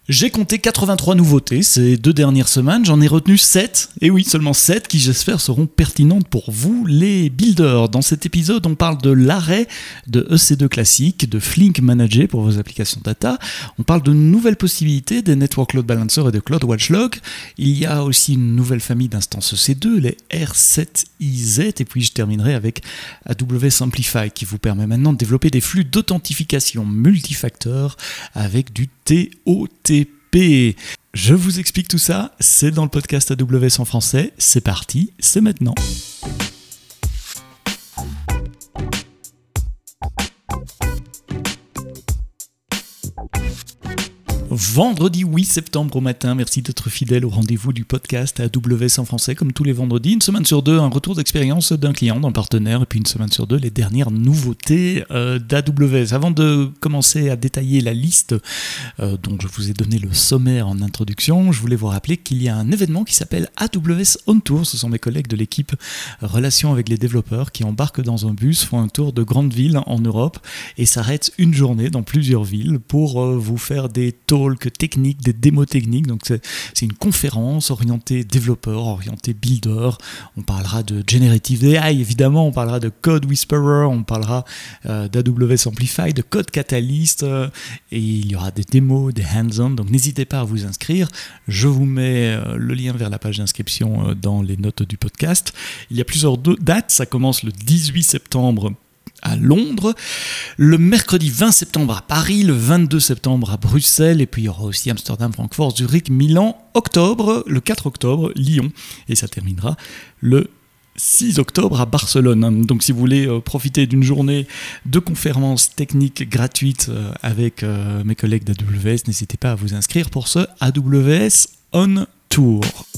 J'ai compté 83 nouveautés ces 2 dernières semaines, j'en ai retenu 7, et oui, seulement 7 qui j'espère seront pertinentes pour vous les builders. Dans cet épisode, on parle de l'arrêt de EC2 classique, de Flink Manager pour vos applications data, on parle de nouvelles possibilités des Network Load Balancer et de Cloud Watchdog, il y a aussi une nouvelle famille d'instances EC2, les R7IZ, et puis je terminerai avec AWS Amplify qui vous permet maintenant de développer des flux d'authentification multifacteurs avec du TOTP. Je vous explique tout ça, c'est dans le podcast AWS en français, c'est parti, c'est maintenant. Vendredi 8 septembre au matin, merci d'être fidèle au rendez-vous du podcast AWS en français comme tous les vendredis. Une semaine sur deux, un retour d'expérience d'un client, d'un partenaire, et puis une semaine sur deux, les dernières nouveautés d'AWS. Avant de commencer à détailler la liste dont je vous ai donné le sommaire en introduction, je voulais vous rappeler qu'il y a un événement qui s'appelle AWS On Tour. Ce sont mes collègues de l'équipe Relations avec les développeurs qui embarquent dans un bus, font un tour de grandes villes en Europe et s'arrêtent une journée dans plusieurs villes pour vous faire des talks techniques, des démos techniques. Donc c'est une conférence orientée développeur, orientée builder. On parlera de Generative AI évidemment, on parlera de Code Whisperer, on parlera d'AWS Amplify, de Code Catalyst, et il y aura des démos, des hands-on. Donc n'hésitez pas à vous inscrire. Je vous mets le lien vers la page d'inscription dans les notes du podcast. Il y a plusieurs dates. Ça commence le 18 septembre à Londres, le mercredi 20 septembre à Paris, le 22 septembre à Bruxelles, et puis il y aura aussi Amsterdam, Francfort, Zurich, Milan, le 4 octobre, Lyon, et ça terminera le 6 octobre à Barcelone. Donc si vous voulez profiter d'une journée de conférences techniques gratuites avec mes collègues d'AWS, n'hésitez pas à vous inscrire pour ce AWS On Tour.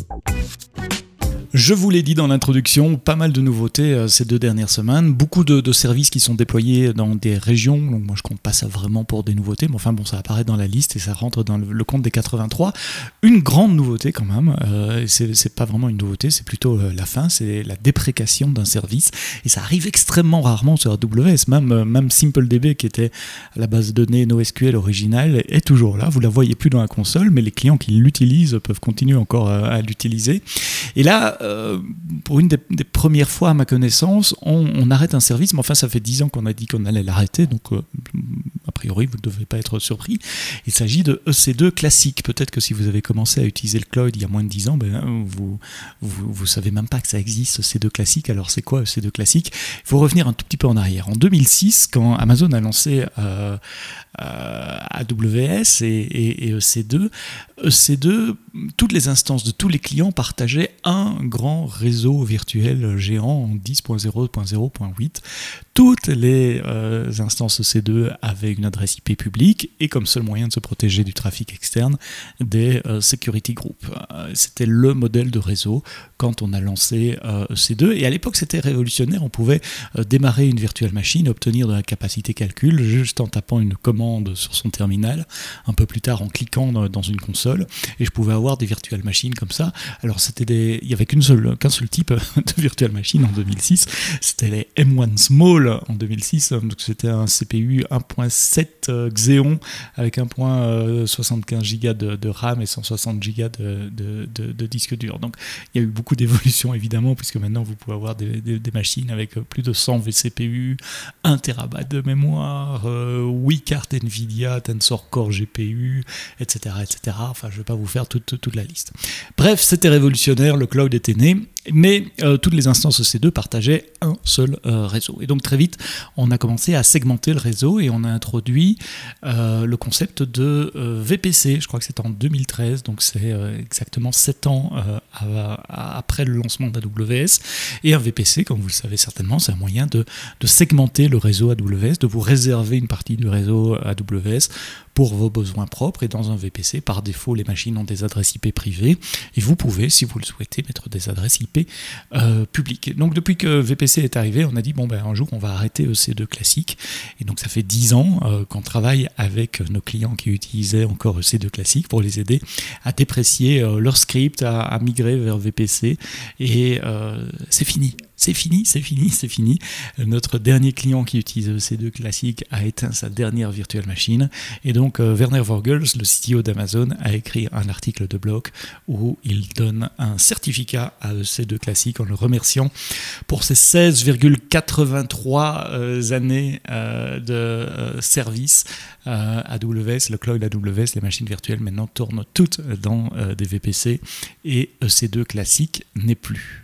Je vous l'ai dit dans l'introduction, pas mal de nouveautés ces 2 dernières semaines, beaucoup de services qui sont déployés dans des régions, donc moi je compte pas ça vraiment pour des nouveautés, mais enfin bon, ça apparaît dans la liste et ça rentre dans le compte des 83. Une grande nouveauté quand même, c'est pas vraiment une nouveauté, c'est plutôt la fin, c'est la déprécation d'un service, et ça arrive extrêmement rarement sur AWS, même SimpleDB qui était à la base de données NoSQL originale est toujours là, vous la voyez plus dans la console, mais les clients qui l'utilisent peuvent continuer encore à l'utiliser. Et là, pour une des premières fois à ma connaissance, on arrête un service, mais enfin ça fait 10 ans qu'on a dit qu'on allait l'arrêter, donc a priori vous ne devez pas être surpris. Il s'agit de EC2 classique. Peut-être que si vous avez commencé à utiliser le cloud il y a moins de 10 ans, vous savez même pas que ça existe, EC2 classique. Alors c'est quoi EC2 classique ? Il faut revenir un tout petit peu en arrière. En 2006, quand Amazon a lancé AWS et EC2, toutes les instances de tous les clients partageaient un grand réseau virtuel géant en 10.0.0.8. Toutes les instances EC2 avaient une adresse IP publique et comme seul moyen de se protéger du trafic externe, des security groups. C'était le modèle de réseau quand on a lancé EC2, et à l'époque c'était révolutionnaire. On pouvait démarrer une virtual machine, obtenir de la capacité calcul juste en tapant une commande sur son terminal, un peu plus tard en cliquant dans une console, et je pouvais avoir des virtual machines comme ça. Alors il y avait qu'un seul type de virtual machine en 2006, c'était les M1 Small en 2006, donc c'était un CPU 1.7 Xeon avec 1.75 Go de RAM et 160 Go de disque dur. Donc il y a eu beaucoup d'évolutions évidemment, puisque maintenant vous pouvez avoir des machines avec plus de 100 vCPU, 1 TB de mémoire, 8 cartes Nvidia, Tensor Core GPU, etc. Enfin, je ne vais pas vous faire toute la liste. Bref, c'était révolutionnaire, le cloud était né, mais toutes les instances EC2 partageaient un seul réseau. Et donc très vite, on a commencé à segmenter le réseau et on a introduit le concept de VPC. Je crois que c'était en 2013, donc c'est exactement 7 ans après le lancement d'AWS. Et un VPC, comme vous le savez certainement, c'est un moyen de segmenter le réseau AWS, de vous réserver une partie du réseau AWS pour vos besoins propres. Et dans un VPC, par défaut, les machines ont des adresses IP privées et vous pouvez, si vous le souhaitez, mettre des adresses IP publiques. Donc depuis que VPC est arrivé, on a dit un jour on va arrêter EC2 classique, et donc ça fait 10 ans qu'on travaille avec nos clients qui utilisaient encore EC2 classique pour les aider à déprécier leur script, à migrer vers VPC, et c'est fini. C'est fini. Notre dernier client qui utilise EC2 classique a éteint sa dernière virtual machine. Et donc, Werner Vogels, le CTO d'Amazon, a écrit un article de blog où il donne un certificat à EC2 classique en le remerciant pour ses 16,83 années de service. AWS, le cloud AWS, les machines virtuelles maintenant tournent toutes dans des VPC et EC2 classique n'est plus.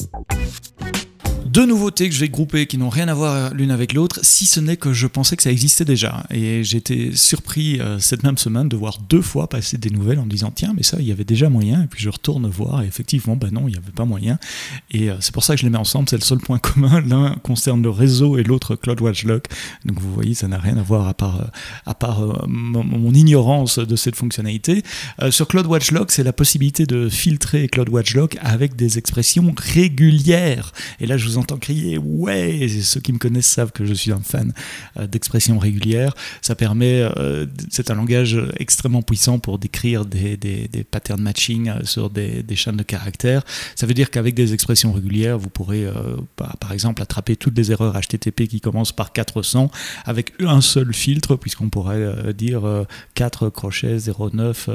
Deux nouveautés que je vais grouper qui n'ont rien à voir l'une avec l'autre, si ce n'est que je pensais que ça existait déjà. Et j'étais surpris cette même semaine de voir 2 fois passer des nouvelles en me disant tiens, mais ça, il y avait déjà moyen. Et puis je retourne voir et effectivement, non, il n'y avait pas moyen. Et c'est pour ça que je les mets ensemble, c'est le seul point commun. L'un concerne le réseau et l'autre CloudWatch Lock. Donc vous voyez, ça n'a rien à voir à part mon ignorance de cette fonctionnalité. Sur CloudWatch Lock, c'est la possibilité de filtrer CloudWatch Lock avec des expressions régulières. Et là, je vous entends crier ouais, ceux qui me connaissent savent que je suis un fan d'expressions régulières. Ça permet, c'est un langage extrêmement puissant pour décrire des patterns matching sur des chaînes de caractères. Ça veut dire qu'avec des expressions régulières, vous pourrez par exemple attraper toutes les erreurs HTTP qui commencent par 400 avec un seul filtre, puisqu'on pourrait dire 4 crochets 09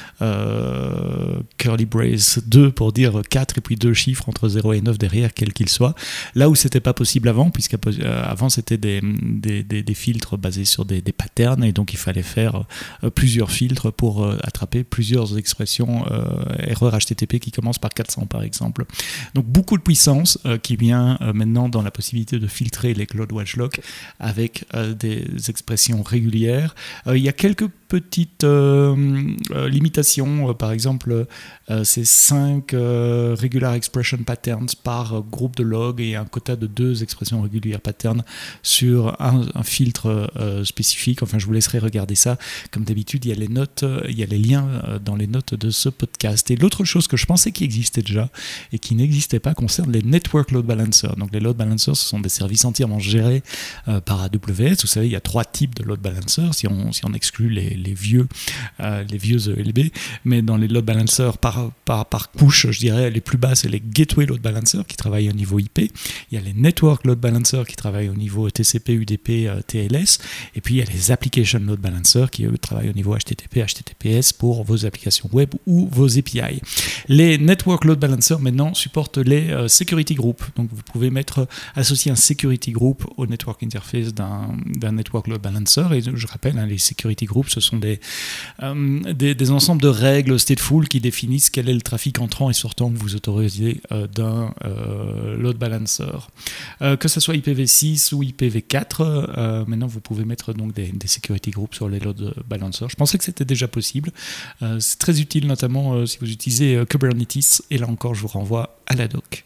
curly brace 2 pour dire 4 et puis 2 chiffres entre 0 et 9 derrière, quel qu'il soit. Là où c'était pas possible avant, puisqu'avant c'était des filtres basés sur des patterns, et donc il fallait faire plusieurs filtres pour attraper plusieurs expressions erreurs HTTP qui commencent par 400 par exemple. Donc beaucoup de puissance qui vient maintenant dans la possibilité de filtrer les CloudWatch Lock avec des expressions régulières. Il y a quelques petites limitations, par exemple c'est 5 regular expression patterns par groupe de log et un quota de 2 expressions régulières patterns sur un filtre spécifique. Enfin, je vous laisserai regarder ça. Comme d'habitude, il y a les notes, il y a les liens dans les notes de ce podcast. Et l'autre chose que je pensais qui existait déjà et qui n'existait pas concerne les Network Load Balancers. Donc les Load Balancers, ce sont des services entièrement gérés par AWS. Vous savez, il y a 3 types de Load Balancers, si on exclut les vieux ELB. Mais dans les Load Balancers par couche, je dirais, les plus bas, c'est les Gateway Load Balancers qui travaillent au niveau IP. Il y a les Network Load Balancers qui travaillent au niveau TCP, UDP, TLS. Et puis il y a les Application Load Balancers qui eux travaillent au niveau HTTP, HTTPS pour vos applications web ou vos API. Les Network Load Balancers maintenant supportent les Security Group. Donc vous pouvez associer un Security Group au Network Interface d'un Network Load Balancer. Et je rappelle, les Security Groups, ce sont des ensembles de règles stateful qui définissent quel est le trafic entrant et sortant que vous autorisez d'un load balancer. Que ce soit IPv6 ou IPv4, maintenant vous pouvez mettre donc des security groups sur les load balancers. Je pensais que c'était déjà possible. C'est très utile notamment si vous utilisez Kubernetes, et là encore je vous renvoie à la doc.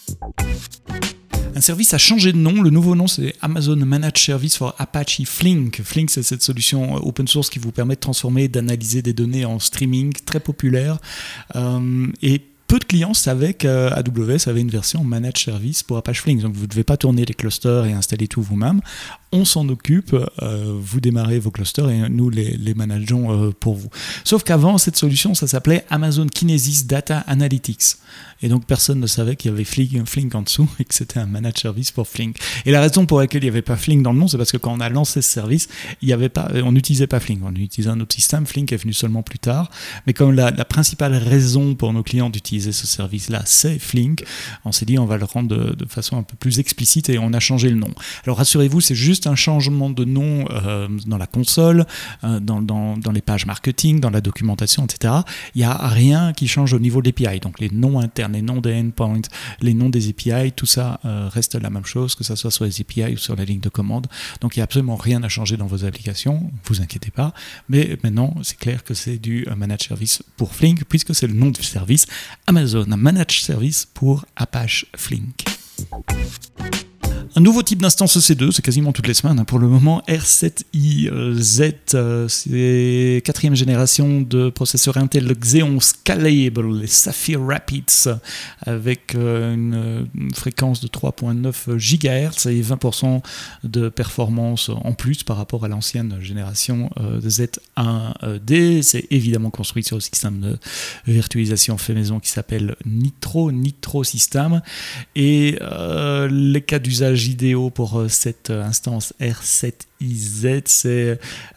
Un service a changé de nom. Le nouveau nom, c'est Amazon Managed Service for Apache Flink. Flink, c'est cette solution open source qui vous permet de transformer, d'analyser des données en streaming, très populaire. Et peu de clients savaient qu'AWS avait une version Managed Service pour Apache Flink. Donc vous ne devez pas tourner les clusters et installer tout vous-même. On s'en occupe, vous démarrez vos clusters et nous les manageons pour vous. Sauf qu'avant, cette solution, ça s'appelait Amazon Kinesis Data Analytics. Et donc personne ne savait qu'il y avait Flink en dessous et que c'était un managed service pour Flink. Et la raison pour laquelle il n'y avait pas Flink dans le nom, c'est parce que quand on a lancé ce service, on n'utilisait pas Flink, on utilisait un autre système. Flink est venu seulement plus tard. Mais comme la principale raison pour nos clients d'utiliser ce service-là, c'est Flink, on s'est dit on va le rendre de façon un peu plus explicite et on a changé le nom. Alors rassurez-vous, c'est juste un changement de nom dans la console, dans les pages marketing, dans la documentation, etc. Il n'y a rien qui change au niveau de l'API. Donc les noms internes, les noms des endpoints, les noms des API, tout ça reste la même chose, que ce soit sur les API ou sur la ligne de commande. Donc il n'y a absolument rien à changer dans vos applications, ne vous inquiétez pas. Mais maintenant, c'est clair que c'est du Managed Service pour Flink, puisque c'est le nom du service Amazon Managed Service pour Apache Flink. Un nouveau type d'instance EC2, c'est quasiment toutes les semaines pour le moment, R7IZ, c'est 4e génération de processeurs Intel Xeon Scalable, les Sapphire Rapids, avec une fréquence de 3.9 GHz et 20% de performance en plus par rapport à l'ancienne génération Z1D. C'est évidemment construit sur le système de virtualisation fait maison qui s'appelle Nitro System, et les cas d'usage idéaux pour cette instance R7IZ, c'est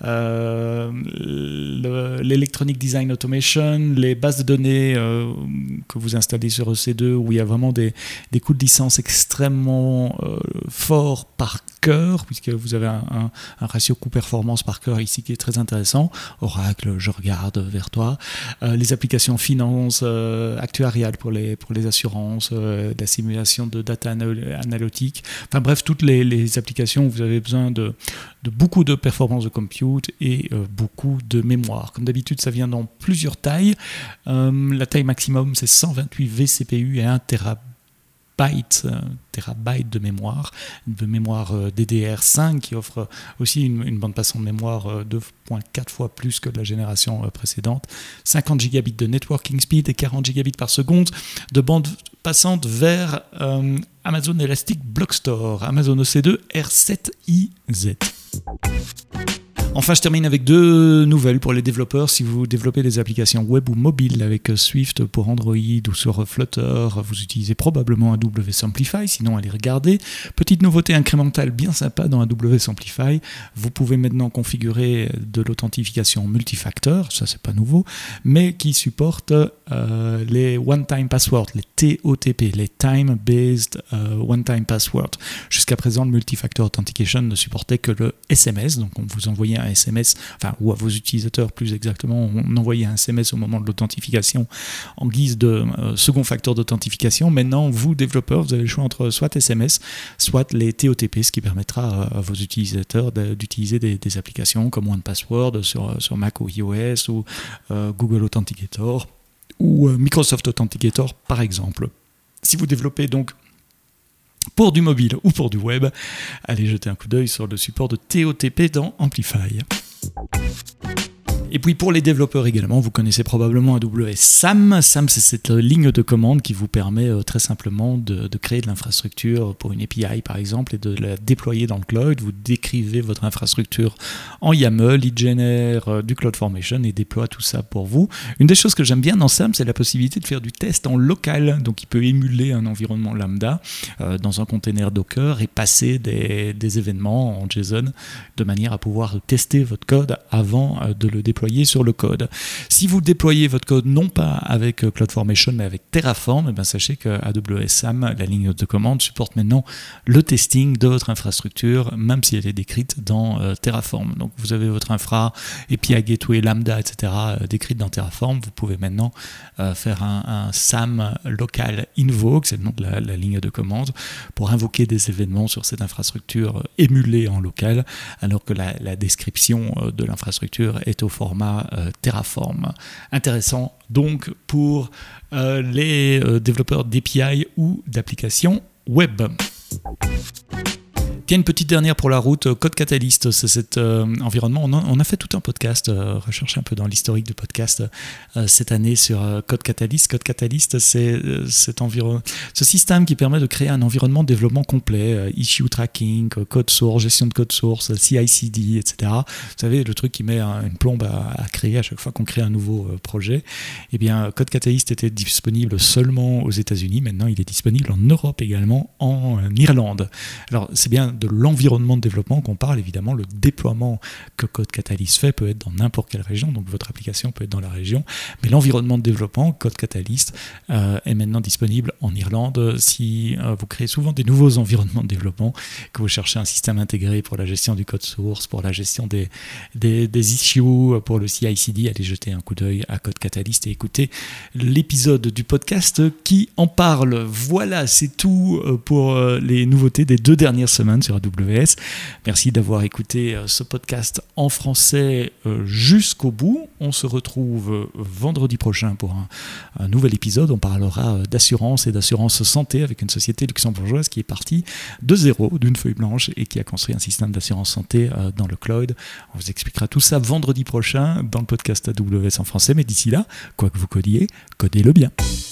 l'Electronic Design Automation, les bases de données que vous installez sur EC2 où il y a vraiment des coûts de licence extrêmement forts par cœur, puisque vous avez un ratio coût-performance par cœur ici qui est très intéressant. Oracle, je regarde vers toi. Les applications finance, actuariales pour les assurances, la simulation de data analytique. Enfin bref, toutes les applications où vous avez besoin de beaucoup de performance de compute et beaucoup de mémoire. Comme d'habitude, ça vient dans plusieurs tailles. La taille maximum, c'est 128 vCPU et 1 terabyte de mémoire DDR5 qui offre aussi une bande passante de mémoire 2.4 fois plus que la génération précédente, 50 gigabits de networking speed et 40 gigabits par seconde de bande passante vers Amazon Elastic Block Store, Amazon EC2 R7IZ. Enfin, je termine avec 2 nouvelles pour les développeurs. Si vous développez des applications web ou mobiles avec Swift pour Android ou sur Flutter, vous utilisez probablement AW Simplify, sinon allez regarder. Petite nouveauté incrémentale bien sympa dans AW Simplify, vous pouvez maintenant configurer de l'authentification multifacteur, ça c'est pas nouveau, mais qui supporte les One-Time Password, les TOTP, les Time Based One-Time Password. Jusqu'à présent, le Multifactor Authentication ne supportait que le SMS, donc on vous envoyait un SMS, ou à vos utilisateurs plus exactement, on envoyait un SMS au moment de l'authentification en guise de second facteur d'authentification. Maintenant, vous, développeurs, vous avez le choix entre soit SMS, soit les TOTP, ce qui permettra à vos utilisateurs d'utiliser des applications comme OnePassword sur Mac ou iOS, ou Google Authenticator, ou Microsoft Authenticator, par exemple. Si vous développez donc pour du mobile ou pour du web, allez jeter un coup d'œil sur le support de TOTP dans Amplify. Et puis pour les développeurs également, vous connaissez probablement AWS SAM. SAM, c'est cette ligne de commande qui vous permet très simplement de créer de l'infrastructure pour une API par exemple et de la déployer dans le cloud. Vous décrivez votre infrastructure en YAML, il génère du CloudFormation et déploie tout ça pour vous. Une des choses que j'aime bien dans SAM, c'est la possibilité de faire du test en local. Donc il peut émuler un environnement lambda dans un container Docker et passer des événements en JSON de manière à pouvoir tester votre code avant de le déployer sur le code. Si vous déployez votre code non pas avec CloudFormation mais avec Terraform, sachez que AWS SAM, la ligne de commande, supporte maintenant le testing de votre infrastructure, même si elle est décrite dans Terraform. Donc vous avez votre infra, API Gateway, Lambda, etc. décrite dans Terraform. Vous pouvez maintenant faire un SAM local invoke, c'est le nom de la ligne de commande, pour invoquer des événements sur cette infrastructure émulée en local, alors que la description de l'infrastructure est au format Terraform. Intéressant donc pour les développeurs d'API ou d'applications web. Tiens, une petite dernière pour la route, Code Catalyst, c'est cet environnement. On a fait tout un podcast, recherche un peu dans l'historique du podcast cette année sur Code Catalyst. Code Catalyst, c'est ce système qui permet de créer un environnement de développement complet, issue tracking, code source, gestion de code source, CI/CD, etc. Vous savez, le truc qui met une plombe à créer à chaque fois qu'on crée un nouveau projet. Eh bien, Code Catalyst était disponible seulement aux États-Unis. Maintenant, il est disponible en Europe également, en Irlande. Alors, c'est bien de l'environnement de développement qu'on parle, évidemment. Le déploiement que Code Catalyst fait peut être dans n'importe quelle région, donc votre application peut être dans la région, mais l'environnement de développement, Code Catalyst, est maintenant disponible en Irlande. Si vous créez souvent des nouveaux environnements de développement, que vous cherchez un système intégré pour la gestion du code source, pour la gestion des issues, pour le CI/CD, allez jeter un coup d'œil à Code Catalyst et écoutez l'épisode du podcast qui en parle. Voilà, c'est tout pour les nouveautés des 2 dernières semaines sur AWS. Merci d'avoir écouté ce podcast en français jusqu'au bout. On se retrouve vendredi prochain pour un nouvel épisode. On parlera d'assurance et d'assurance santé avec une société luxembourgeoise qui est partie de zéro, d'une feuille blanche, et qui a construit un système d'assurance santé dans le cloud. On vous expliquera tout ça vendredi prochain dans le podcast AWS en français. Mais d'ici là, quoi que vous codiez, codez-le bien.